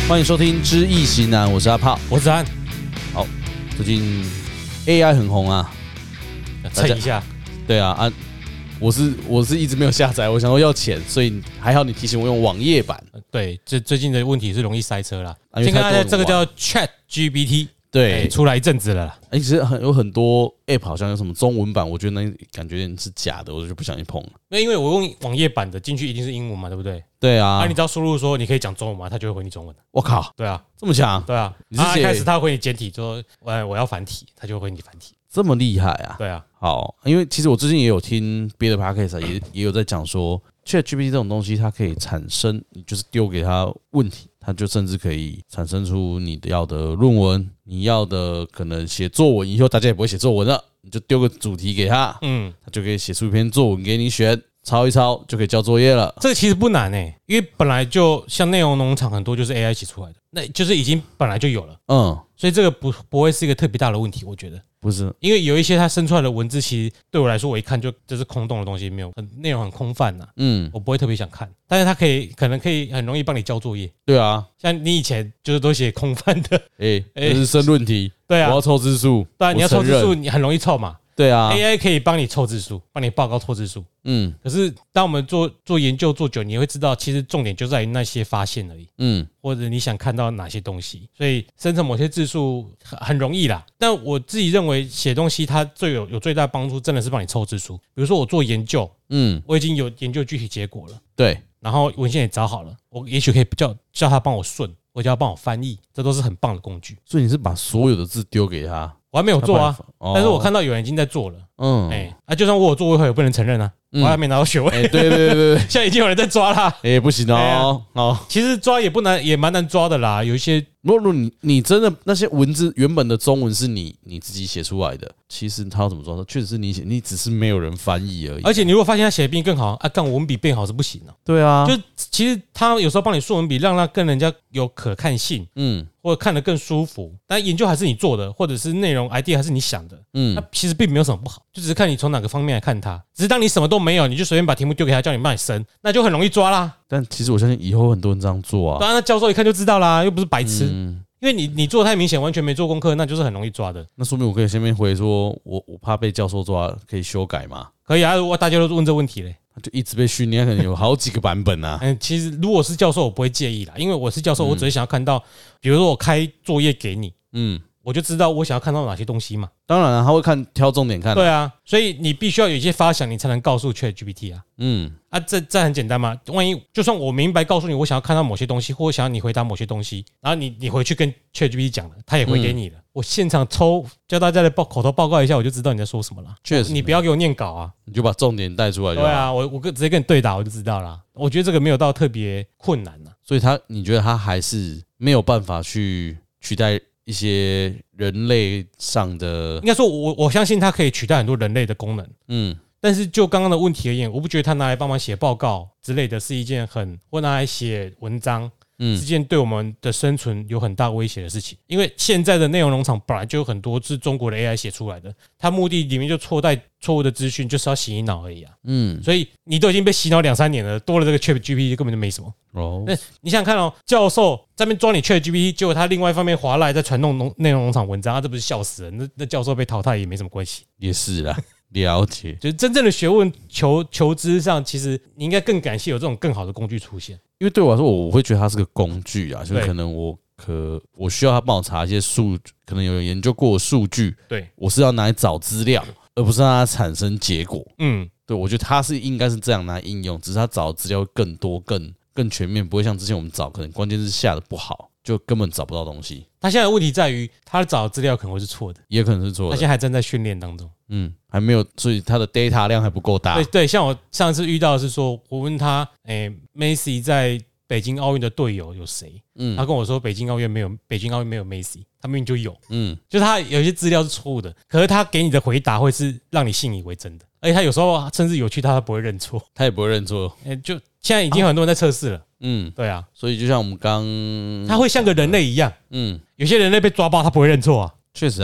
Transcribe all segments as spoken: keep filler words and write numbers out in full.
欢迎收听《知易行难》，我是阿炮， 我是子安。 好，最近 A I 很红啊， 蹭一下。 对啊啊，我是我是一直没有下载，我想说要钱，所以还好你提醒我用网页版。 对，这最近的问题是容易塞车啦。 啊、 先看大家这个叫 Chat G P T， 对、 欸，出来一阵子了啦。 哎、欸，其实很有很多 App 好像有什么中文版，我觉得那感觉是假的，我就不想去碰了。 那因为我用网页版的进去一定是英文嘛，对不对？ 对啊， 啊，你只要输入说你可以讲中文嘛，他就会回你中文。 我靠， 对啊， 这么强？ 对啊， 你是啊，一开始他回你简体，说我我要繁体，他就会回你繁体。 这么厉害啊？ 对啊， 好，因为其实我最近也有听别的 podcast 也也有在讲说 ，ChatGPT 这种东西它可以产生，你就是丢给它问题，它就甚至可以产生出你要的论文，你要的可能写作文，以后大家也不会写作文了，你就丢个主题给他，嗯，他就可以写出一篇作文给你选。抄一抄就可以交作业了， 这个其实不难诶、欸，因为本来就像内容农场很多就是 A I 写出来的，那就是已经本来就有了，嗯，所以这个不不会是一个特别大的问题，我觉得不是， 因为有一些它生出来的文字，其实对我来说，我一看就就是空洞的东西，没有很内容很空泛呐，嗯，我不会特别想看，但是它可以可能可以很容易帮你交作业， 对啊， 像你以前就是都写空泛的， 哎，这是申论题， 对啊， 我要凑字数， 对啊，你要凑字数，你很容易凑嘛。 对啊 ，A I 可以帮你凑字数，帮你报告凑字数。嗯，可是当我们做做研究做久，你会知道，其实重点就在于那些发现而已。嗯，或者你想看到哪些东西，所以生成某些字数很容易啦。但我自己认为写东西它最有有最大帮助，真的是帮你凑字数。比如说我做研究，嗯，我已经有研究具体结果了， 对， 然后文献也找好了，我也许可以叫叫他帮我顺，我叫他帮我翻译，这都是很棒的工具。 所以你是把所有的字丢给他？ 我还没有做啊，但是我看到有人已经在做了。嗯，哎，啊，就算我有做，我也不能承认啊，我还没拿到学位。 哎，对对对对， 现在已经有人在抓啦。 哎，不行哦。哦， 其实抓也不难，也蛮难抓的啦。有一些， 如果你你真的那些文字原本的中文是你你自己写出来的，其实他要怎么抓？确实是你写，你只是没有人翻译而已。 而且你如果发现他写的比你更好啊，干我文笔变好是不行的。 对啊， 就其实他有时候帮你顺文笔，让他跟人家有可看性，嗯，或者看得更舒服。但研究还是你做的，或者是内容 idea 还是你想的，嗯，那其实并没有什么不好，就只是看你从哪个方面来看它。只是当你什么都没有，你就随便把题目丢给他，叫你帮你生，那就很容易抓啦。 但其实我相信以后很多人这样做啊。 当然，那教授一看就知道啦，又不是白痴。嗯，因为你你做太明显，完全没做功课，那就是很容易抓的。 那说明我可以先面回说，我我怕被教授抓，可以修改吗？ 可以啊，如果大家都问这问题嘞， 就一直被训练，可能有好几个版本啊。 嗯，其实如果是教授，我不会介意啦，因为我是教授，我只是想要看到，比如说我开作业给你，嗯，我就知道我想要看到哪些东西嘛。 当然了，他会看挑重点看。 对啊，所以你必须要有一些发想，你才能告诉 ChatGPT 啊。嗯，啊，这这很简单嘛。万一就算我明白告诉你，我想要看到某些东西，或者想要你回答某些东西，然后你你回去跟 ChatGPT 讲了，他也回给你了。嗯、我现场抽教大家的报口头报告一下，我就知道你在说什么了。 确实， 你不要给我念稿啊， 你就把重点带出来就好。 对啊，我我直接跟你对打，我就知道了。我觉得这个没有到特别困难啊。 所以他，你觉得他还是没有办法去取代一些人类上的？ 应该说我，我我相信它可以取代很多人类的功能。嗯，但是就刚刚的问题而言，我不觉得它拿来帮忙写报告之类的是一件很，或拿来写文章，嗯，是件对我们的生存有很大威胁的事情。因为现在的内容农场本来就有很多是中国的 A I 写出来的，它目的里面就错带错误的资讯，就是要洗你脑而已啊。嗯，所以你都已经被洗脑两三年了，多了这个 ChatGPT 根本就没什么。哦，那你想想看哦，教授在那边抓你 ChatGPT， 结果他另外一方面滑赖在传弄内容农场文章，他这不是笑死人？那那教授被淘汰也没什么关系。 也是啦，了解。 就是真正的学问求求知上，其实你应该更感谢有这种更好的工具出现。 因为对我来说，我会觉得它是个工具啊，就是可能我可我需要他帮我查一些数，可能有人研究过的数据， 对， 我是要拿来找资料，而不是让它产生结果。嗯，对，我觉得它是应该是这样拿来应用，只是它找的资料会更多、更更全面，不会像之前我们找，可能关键是下的不好，就根本找不到东西。 他现在的问题在于，他找的资料可能会是错的， 也可能是错的。 他现在还正在训练当中， 嗯，还没有，所以他的 data 量还不够大。 对对，像我上次遇到的是说，我问他，诶 ，Messi 在北京奥运的队友有谁？嗯，他跟我说北京奥运没有，北京奥运没有 Messi， 他明明就有，嗯，就他有些资料是错误的，可是他给你的回答会是让你信以为真的，而且他有时候甚至有趣，他不会认错， 他也不会认错， 诶，就现在已经很多人在测试了，嗯，对啊， 所以就像我们刚， 他会像个人类一样，嗯，有些人类被抓包，他不会认错啊， 确实啊。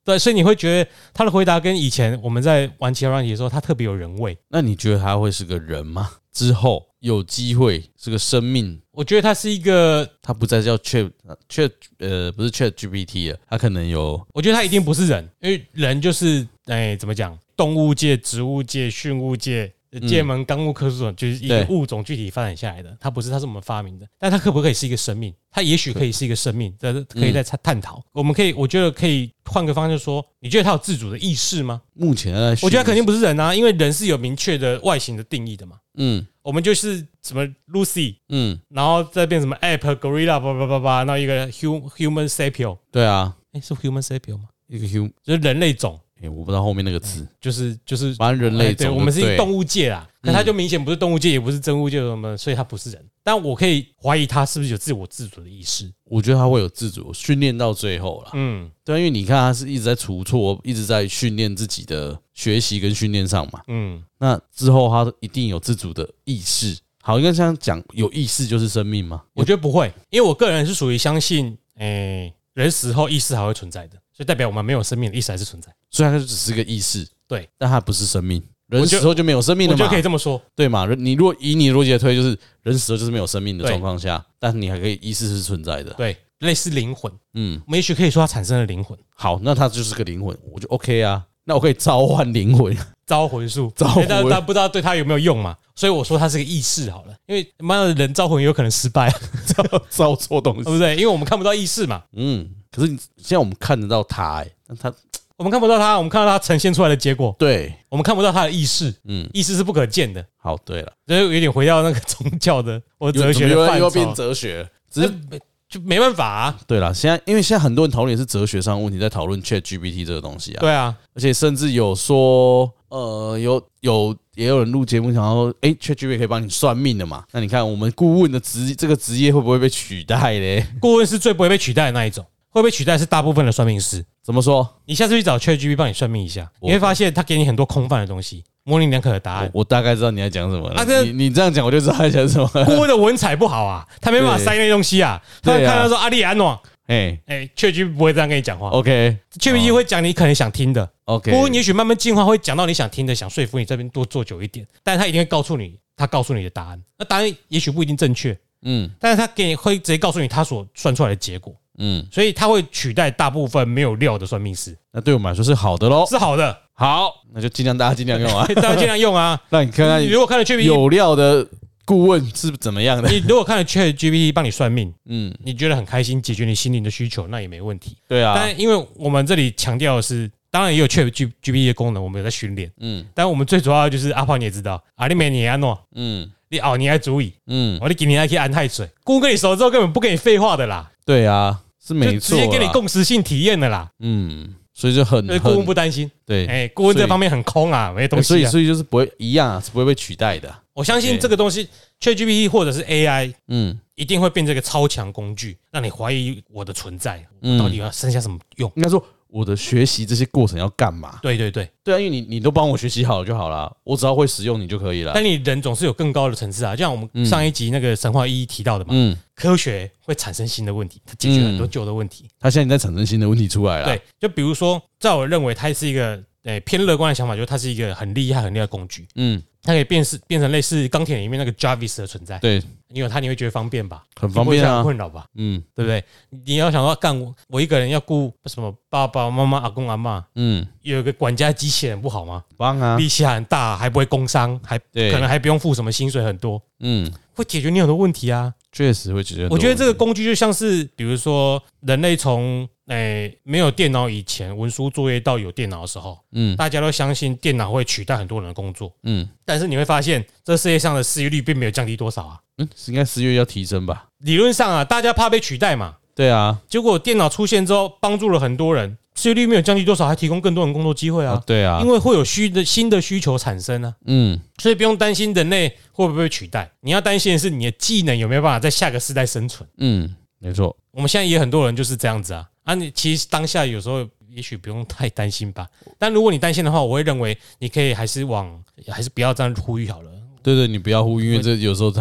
对，所以你会觉得他的回答跟以前我们在玩其他软体的时候，他特别有人味。 那你觉得他会是个人吗？之后有机会是个生命？ 我觉得他是一个， 他不再叫 Chat Chat 呃，不是 Chat G P T 了，他可能有。 我觉得他一定不是人，因为人就是哎，怎么讲？动物界、植物界、驯物界。界门纲目科属种就是一个物种具体发展下来的，它不是它是我们发明的，但它可不可以是一个生命？它也许可以是一个生命，这可以再探讨。我们可以，我觉得可以换个方向说，你觉得它有自主的意识吗？ 目前在， 我觉得它肯定不是人啊，因为人是有明确的外形的定义的嘛。嗯，我们就是什么 Lucy， 嗯，然后再变什么 App Gorilla， 叭叭叭叭，然后一个 Human Sapio， 对啊， 哎，是 Human Sapio 吗？ 一个 Human 就是人类种。 欸、我不知道后面那个字， 就是就是反正人类种， 对，我们是动物界啦，可它就明显不是动物界，也不是真物界什么，所以它不是人。但我可以怀疑它是不是有自我自主的意识。 我觉得它会有自主，训练到最后啦。嗯，对，因为你看它是一直在除错，一直在训练自己的学习跟训练上嘛。嗯，那之后它一定有自主的意识。好，应该这样讲，有意识就是生命吗？ 我觉得不会，因为我个人是属于相信，诶、欸，人死后意识还会存在的。所以代表我们没有生命的意识还是存在， 所以它就只是个意识， 对， 但它不是生命。人死后就没有生命了嘛？ 我就可以这么说， 对嘛？你如果以你逻辑来推，就是人死后就是没有生命的状况下，但你还可以意识是存在的， 对，类似灵魂，嗯，我们也许可以说它产生了灵魂。 好，那它就是个灵魂，我就 OK 啊。那我可以召唤灵魂， 招魂术， 招魂， 但但不知道对它有没有用嘛？所以我说它是个意识好了，因为妈的人招魂有可能失败， 招招错东西， 对不对？因为我们看不到意识嘛， 嗯。可是现在我们看得到它，哎，那它我们看不到它，我们看到它呈现出来的结果， 对， 我们看不到它的意识，嗯，意识是不可见的。 好，对了， 所以有点回到那个宗教的或哲学的范畴， 又变哲学，只是就没办法啊。 对啦，现在因为现在很多人讨论也是哲学上的问题，在讨论 Chat G P T 这个东西啊。 对啊， 而且甚至有说，呃，有有也有人录节目想说，哎 ，Chat G P T 可以帮你算命的嘛？那你看我们顾问的职这个职业会不会被取代嘞？ 顾问是最不会被取代的那一种。会不会取代是大部分的算命师？ 怎么说？ 你下次去找 ChatGPT 帮你算命一下，你会发现他给你很多空泛的东西，模棱两可的答案。 我, 我大概知道你在讲什么了。啊、你你这样讲，我就知道在讲什么。 顾问的文采不好啊，他没办法塞那些东西啊。他会看到说阿里安诺，哎哎 ，ChatGPT 不会这样跟你讲话。OK，ChatGPT 会讲你可能想听的。OK， 顾问也许慢慢进化，会讲到你想听的，想说服你这边多做久一点，但是他一定会告诉你，他告诉你的答案。那答案也许不一定正确，嗯，但是他给你会直接告诉你他所算出来的结果。嗯，所以他会取代大部分没有料的算命师。 那对我们来说是好的咯， 是好的。 好，那就尽量大家尽量用啊， 大家尽量用啊。 那你看看， 你如果看了 ChatGPT 有料的顾问是怎么样的？ 你如果看了 ChatGPT 帮你算命，嗯，你觉得很开心，解决你心灵的需求，那也没问题。 对啊， 但因为我们这里强调的是，当然也有 ChatGPT 的功能，我们有在训练，嗯，但我们最主要的就是阿炮你也知道，阿里美尼安诺，嗯，你熬你还足以，嗯，我你给你还可以安太水，顾问跟你熟之后根本不跟你废话的啦。对啊。是没错， 直接给你共识性体验的啦。 嗯，所以就很， 顾问不担心。 对， 哎，顾问这方面很空啊，没东西。 所以，所以就是不会一样啊，是不会被取代的。 我相信这个东西 ，ChatGPT 或者是 A I， 嗯，一定会变成一个超强工具，让你怀疑我的存在，我到底要剩下什么用？ 应该说，我的学习这些过程要干嘛？ 对对对， 对啊，因为你你都帮我学习好了就好了，我只要会使用你就可以了。 但你人总是有更高的层次啊，就像我们上一集那个神话一一提到的嘛，嗯，科学会产生新的问题，它解决很多旧的问题， 它现在在产生新的问题出来了。 对，就比如说，在我认为它是一个诶偏乐观的想法，就是它是一个很厉害、很厉害的工具，嗯，它可以变是变成类似钢铁里面那个 Jarvis 的存在， 对， 因为它你会觉得方便吧， 很方便啊， 很困扰吧，嗯，对不对？你要想说干我我一个人要顾什么爸爸妈妈、阿公阿嬷，嗯，有一个管家机器人不好吗？ 棒啊， 力气很大，还不会工伤，还可能还不用付什么薪水很多，嗯，会解决你很多问题啊。 确实会解决。 我觉得这个工具就像是，比如说人类从诶没有电脑以前，文书作业到有电脑的时候，嗯，大家都相信电脑会取代很多人的工作，嗯，但是你会发现，这世界上的失业率并没有降低多少啊。 嗯，应该失业要提升吧？ 理论上啊，大家怕被取代嘛。 对啊， 结果电脑出现之后，帮助了很多人，失业率没有降低多少，还提供更多人工作机会啊。 啊对啊， 因为会有需的新的需求产生啊。嗯，所以不用担心人类会不会被取代，你要担心的是你的技能有没有办法在下个世代生存。嗯， 没错。 我们现在也很多人就是这样子啊。啊，你其实当下有时候也许不用太担心吧。但如果你担心的话，我会认为你可以还是往，还是不要这样呼吁好了。 对对，你不要呼吁，因为这有时候太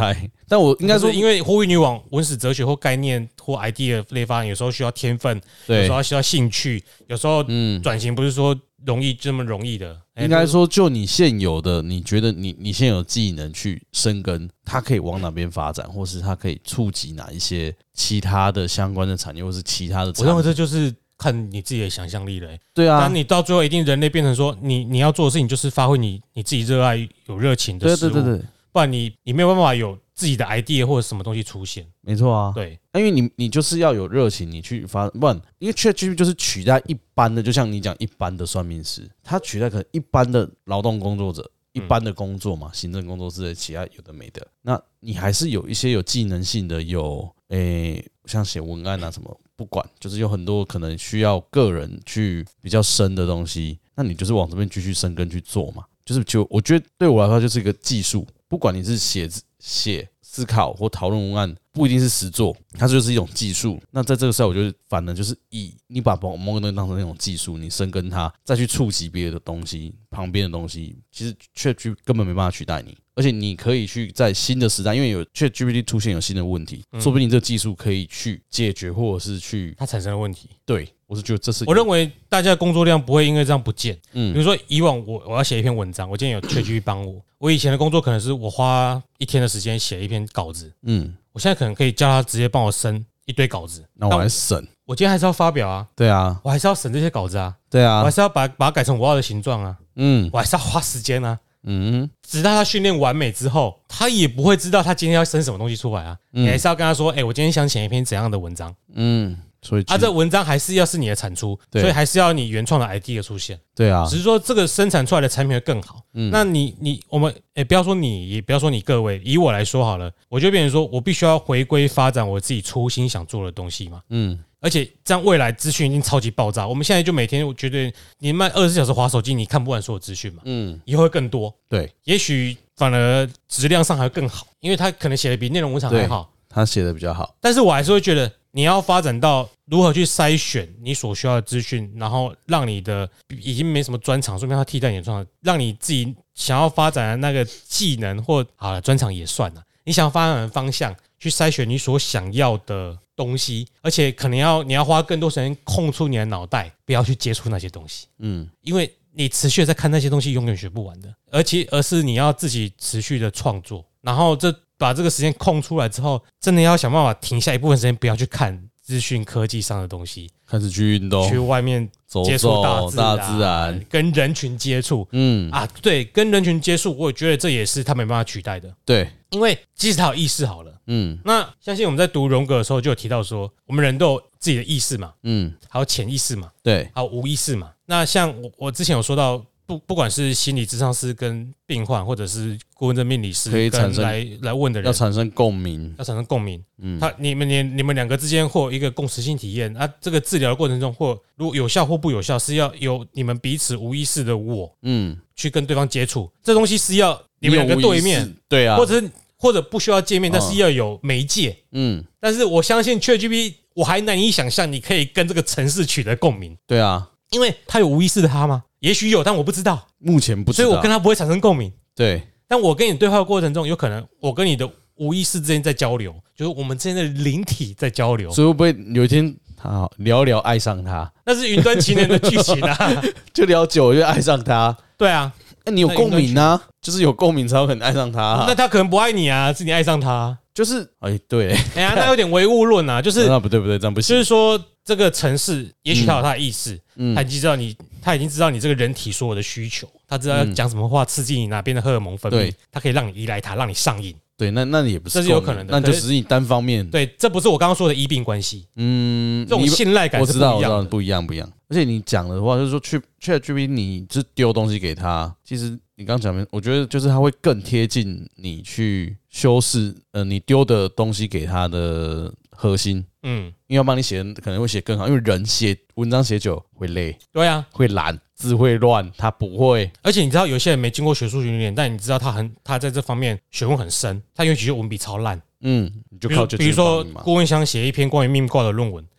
但我应该说， 因为呼吁你往文史哲学或概念或 idea 类发展，有时候需要天分，有时候需要兴趣，有时候转型不是说容易这么容易的。 应该说，就你现有的，你觉得你你现有的技能去深耕，它可以往哪边发展，或是它可以触及哪一些其他的相关的产业，或是其他的产业。 我认为这就是看你自己的想象力了、欸。 对啊， 但你到最后一定人类变成说，你你要做的事情就是发挥你你自己热爱、有热情的事物，对对对对，不然你你没有办法有自己的 idea 或者什么东西出现。 没错啊， 对， 因为你你就是要有热情，你去发，不然因为 ChatGPT 就是取代一般的，就像你讲一般的算命师，他取代可能一般的劳动工作者。一般的工作嘛，行政工作室的其他有的没的，那你还是有一些有技能性的，有诶、欸、像写文案啊什么，不管就是有很多可能需要个人去比较深的东西，那你就是往这边继续深耕去做嘛。就是就我觉得对我来说就是一个技术，不管你是写写思考或讨论文案，不一定是实作，它就是一种技术。那在这个时候，我觉得反而就是以你把某个东西当成那种技术，你深耕它，再去触及别的东西，旁边的东西，其实 ChatGPT 根本没办法取代你。而且你可以去在新的时代，因为有 ChatGPT 出现有新的问题，说不定这个技术可以去解决，或者是去它产生的问题。 对，我是觉得这是我认为大家的工作量不会因为这样不见。嗯，比如说以往我我要写一篇文章，我今天有 ChatGPT 帮我，我以前的工作可能是我花一天的时间写一篇稿子，嗯，我现在可能可以叫他直接帮我生一堆稿子， 那我还审， 我今天还是要发表啊， 对啊， 我还是要审这些稿子啊， 对啊， 我还是要把把它改成我要的形状啊，嗯，我还是要花时间啊。嗯，直到他训练完美之后，他也不会知道他今天要生什么东西出来啊。嗯、你还是要跟他说：“哎、欸，我今天想写一篇怎样的文章？”嗯，所以啊，这文章还是要是你的产出，所以还是要你原创的 idea 出现。 对啊， 只是说这个生产出来的产品会更好。嗯，那你你我们哎、欸，不要说你，也不要说你各位，以我来说好了，我就变成说我必须要回归发展我自己初心想做的东西嘛。嗯。而且这样未来资讯已经超级爆炸，我们现在就每天我觉得你卖二十四小时滑手机，你看不完所有资讯嘛，嗯，以后会更多， 对， 也许反而质量上还会更好，因为他可能写的比内容文场还好， 他写的比较好， 但是我还是会觉得你要发展到如何去筛选你所需要的资讯，然后让你的已经没什么专长，说明他替代你的专长，让你自己想要发展的那个技能或好了专长也算了，你想要发展的方向去筛选你所想要的东西，而且可能要你要花更多时间空出你的脑袋，不要去接触那些东西。嗯，因为你持续的在看那些东西，永远学不完的。而且，而是你要自己持续的创作，然后这把这个时间空出来之后，真的要想办法停下一部分时间，不要去看资讯科技上的东西， 开始去运动， 去外面接触大自然，大自然跟人群接触。嗯啊，对，跟人群接触，我觉得这也是他没办法取代的。 对， 因为即使他有意识好了。嗯，那相信我们在读荣格的时候就有提到说，我们人都有自己的意识嘛，嗯，还有潜意识嘛， 对， 还有无意识嘛。那像我我之前有说到，不不管是心理咨商师跟病患，或者是顾问的命理师， 可以产生来来问的人， 要产生共鸣， 要产生共鸣。嗯，他你们你你们两个之间或一个共识性体验啊，这个治疗的过程中，或如果有效或不有效，是要有你们彼此无意识的我，嗯，去跟对方接触。这东西是要你们两个对面， 对啊， 或者是。或者不需要见面，但是要有媒介。嗯，但是我相信 ChatGPT， 我还难以想象你可以跟这个程式取得共鸣。 对啊， 因为他有无意识的他吗？也许有，但我不知道。 目前不知道， 所以我跟他不会产生共鸣。 对， 但我跟你对话的过程中，有可能我跟你的无意识之间在交流，就是我们之间的灵体在交流。 所以会不会有一天他聊聊爱上他？ 那是云端情人的剧情啊， 就聊久了就爱上他。 对啊。 那你有共鸣啊，就是有共鸣才有可能爱上他、啊。 那他可能不爱你啊，是你爱上他、啊。 就是哎、欸，对， 哎呀，那有点唯物论啊，就是那不对不对，这样不行。 就是说，这个城市也许他有他的意识，嗯、他已经知道你，他已经知道你这个人体所有的需求，他知道要讲什么话刺激你哪边的荷尔蒙分泌，他可以让你依赖他，让你上瘾。 对，那那也不是， 这是有可能的， 那就只是你单方面。 对，这不是我刚刚说的医病关系。嗯，这种信赖感是不一样的， 我知道，我知道，不一样，不一样。而且你讲的话，就是说去 ChatGPT， 你是丢东西给他，其实你刚讲的，我觉得就是他会更贴近你去修饰，呃，你丢的东西给他的核心。嗯，因为要帮你写，可能会写更好，因为人写文章写久会累， 对啊， 会懒，字会乱，他不会。 而且你知道，有些人没经过学术训练，但你知道他很，他在这方面学问很深，他也许就文笔超烂。嗯，你就靠就比如说郭文祥写一篇关于命卦的论文，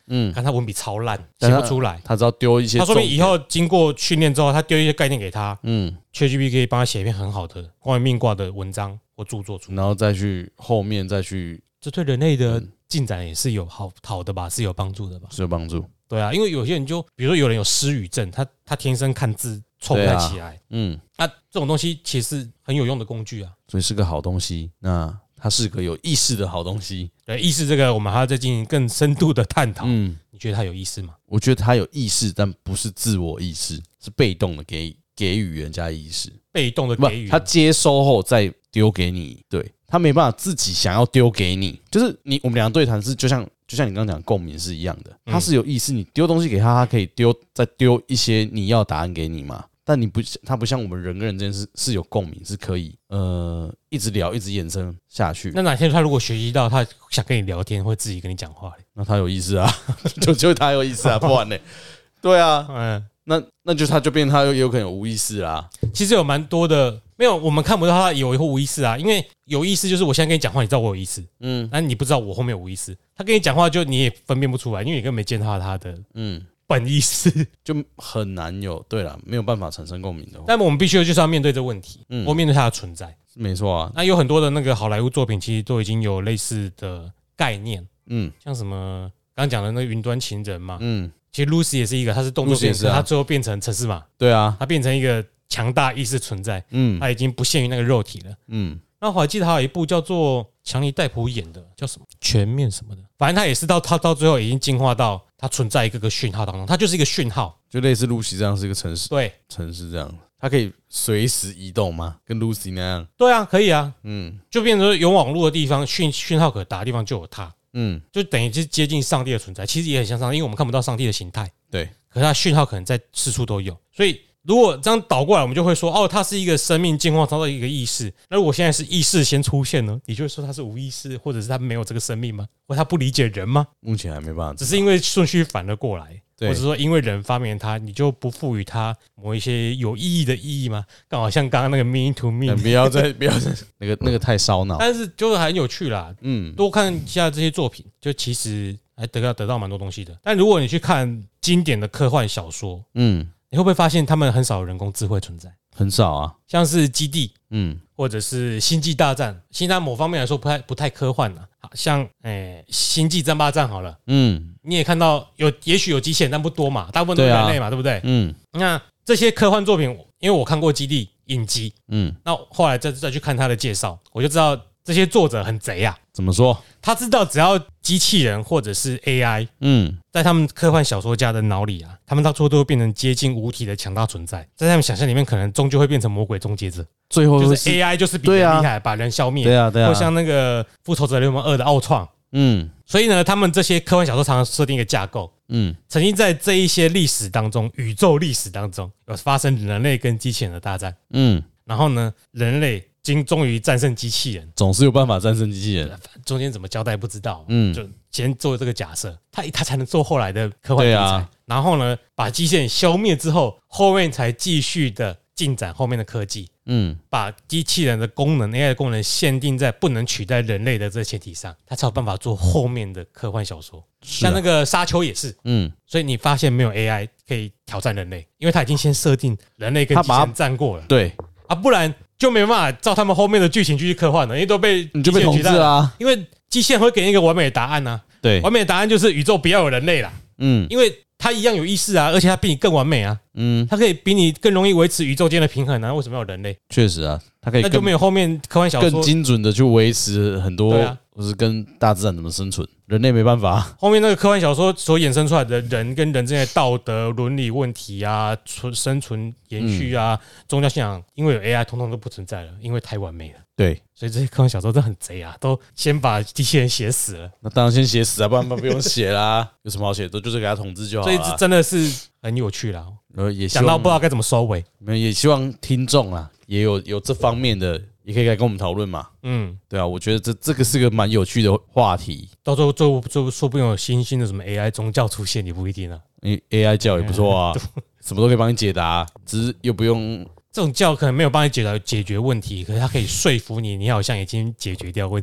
嗯，看他文笔超烂，写不出来。 他只要丢一些， 他说明以后经过训练之后，他丢一些概念给他，嗯 ，ChatGPT 可以帮他写一篇很好的关于命卦的文章或著作出来， 然后再去后面再去， 这对人类的进展也是有好好的吧，是有帮助的吧？ 是有帮助。 对啊，因为有些人就比如说有人有失语症，他他天生看字凑不太起来，啊嗯，那、啊、这种东西其实很有用的工具啊， 所以是个好东西。那它是个有意识的好东西。 对，意识这个我们还要再进行更深度的探讨。嗯，你觉得它有意识吗？ 我觉得它有意识，但不是自我意识，是被动的给给予人家意识， 被动的给予， 他接收后再丢给你。对，他没办法自己想要丢给你，就是你我们两个对谈是就像。就像你刚刚讲共鸣是一样的，他是有意识，你丢东西给他，他可以丢再丢一些你要答案给你嘛。但你不，他不像我们人跟人之间是是有共鸣，是可以呃一直聊，一直延伸下去。 那哪天他如果学习到他想跟你聊天，会自己跟你讲话， 那他有意思啊，就就他有意思啊，不然呢？对啊，嗯，那那就他就变他有有可能有无意识啦。 其实有蛮多的。没有，我们看不到他有或无意识啊，因为有意识就是我现在跟你讲话，你知道我有意思，嗯，但你不知道我后面有无意识。他跟你讲话就你也分辨不出来，因为你根本没见到他的嗯本意识， 就很难有对啦，没有办法产生共鸣的。 但我们必须就是要面对这个问题，嗯，或面对它的存在， 没错啊。 那有很多的那个好莱坞作品其实都已经有类似的概念，嗯，像什么刚刚讲的那个云端情人嘛，嗯，其实 Lucy 也是一个，它是动作片，它最后变成程式码， 对啊， 它变成一个。强大意识存在，嗯，他已经不限于那个肉体了，嗯。那我还记得还有一部叫做强尼戴普演的，叫什么全面什么的，反正他也是到他到最后已经进化到它存在一个个讯号当中，它就是一个讯号， 就类似 Lucy 这样是一个城市， 对， 城市这样，它可以随时移动吗？跟 Lucy 那样？ 对啊，可以啊，嗯，就变成说有网络的地方，讯讯号可达的地方就有它，嗯，就等于是接近上帝的存在，其实也很像上帝，因为我们看不到上帝的形态， 对， 可是它讯号可能在四处都有，所以。如果这样倒过来，我们就会说，哦，它是一个生命进化到一个意识。那如果现在是意识先出现呢？你就会说它是无意识，或者是它没有这个生命吗？或它不理解人吗？ 目前还没办法， 只是因为顺序反了过来，或者说因为人发明它，你就不赋予它某一些有意义的意义吗？刚好像刚刚那个 mean to me， 不要再不要再那个那个太烧脑， 但是就很有趣啦。嗯，多看一下这些作品，就其实还得到得到蛮多东西的。但如果你去看经典的科幻小说，嗯。你会不会发现他们很少有人工智慧存在？ 很少啊， 像是基地，嗯，或者是星际大战。星际大战某方面来说不太不太科幻了，像诶、欸、星际争霸战好了，嗯，你也看到有也许有机器人，但不多嘛，大部分都是人类嘛， 对,、啊、对不对？嗯，那这些科幻作品，因为我看过基地影集，嗯，那后来再再去看他的介绍，我就知道这些作者很贼啊。 怎么说？ 他知道只要机器人或者是 A I， 嗯，在他们科幻小说家的脑里啊，他们到最后都会变成接近无体的强大存在，在他们想象里面，可能终究会变成魔鬼终结者。 最后就是 A I 就是比人厉害，把人消灭。 对啊，对啊。 或像那个复仇者联盟二的奥创，嗯，所以呢，他们这些科幻小说常常设定一个架构，嗯，曾经在这一些历史当中，宇宙历史当中有发生人类跟机器人的大战，嗯，然后呢，人类。经终于战胜机器人， 总是有办法战胜机器人。 中间怎么交代不知道，嗯，就先做这个假设，他他才能做后来的科幻题材。啊、然后呢，把机器人消灭之后，后面才继续的进展后面的科技，嗯，把机器人的功能 A I 的功能限定在不能取代人类的这个前提上，他才有办法做后面的科幻小说。像那个沙丘也是，嗯，所以你发现没有 A I 可以挑战人类，因为他已经先设定人类跟机器人战过了， 对啊，不然。就没办法照他们后面的剧情继续科幻了，因为都被你就被统治啊。 因为机器人会给你一个完美的答案啊， 对， 完美的答案就是宇宙不要有人类啦，嗯，因为它一样有意识啊，而且它比你更完美啊，嗯，它可以比你更容易维持宇宙间的平衡啊，为什么要有人类？ 确实啊，它可以那就没有后面科幻小说更精准的去维持很多，或是跟大自然怎么生存，人类没办法。 后面那个科幻小说所衍生出来的人跟人之间的道德伦理问题啊，生存延续啊，嗯、宗教信仰，因为有 A I， 通通都不存在了，因为太完美了。 对， 所以这些科幻小说都很贼啊，都先把机器人写死了。 那当然先写死啊，不然不用写啦。有什么好写的？就是给他统治就好了。 所以这真的是很有趣啦。呃，也讲到不知道该怎么收尾。 也希望听众啊，也有有这方面的，也可以来跟我们讨论嘛。嗯，对啊，我觉得这这个是个蛮有趣的话题。 到最后，最后说说不定有新兴的什么 A I 宗教出现，也不一定啊。 A I 教也不错啊，什么都可以帮你解答，只是又不用。 这种教可能没有帮你解决解决问题，可是它可以说服你，你好像已经解决掉问题了。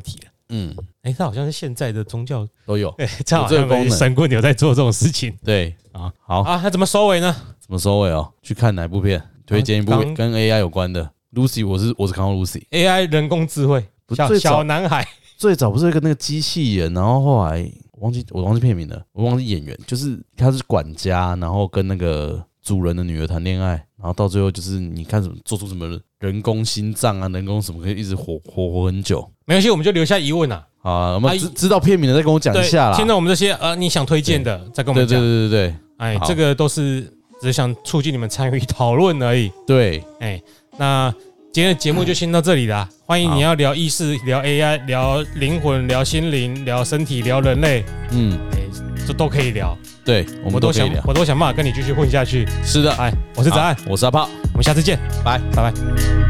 嗯，哎、欸，它好像是现在的宗教都有， 哎、欸，这好像神棍有在做这种事情。 对啊，好啊，它怎么收尾呢？ 怎么收尾哦？去看哪部片？推荐一部跟 A I 有关的。Lucy， 我是我是看到 Lucy，A I 人工智慧，小小男孩。 最早不是一个那个机器人，然后后来我忘记我忘记片名了，我忘记演员，就是他是管家，然后跟那个主人的女儿谈恋爱，然后到最后就是你看什么做出什么人工心脏啊，人工什么可以一直活活活很久。 没关系，我们就留下疑问啊。 好啊，我们知知道片名的再跟我讲一下啦。 听到我们这些呃你想推荐的，再跟我们讲。 对对对对对， 哎，这个都是只是想促进你们参与讨论而已。 对， 哎，那。今天的节目就先到这里啦，欢迎你要聊意识、聊 A I、聊灵魂、聊心灵、聊身体、聊人类，嗯，这都可以聊。 对，我们都可以聊， 我都想办法跟你继续混下去。 是的， 哎，我是子安， 我是阿炮， 我们下次见， 拜拜拜。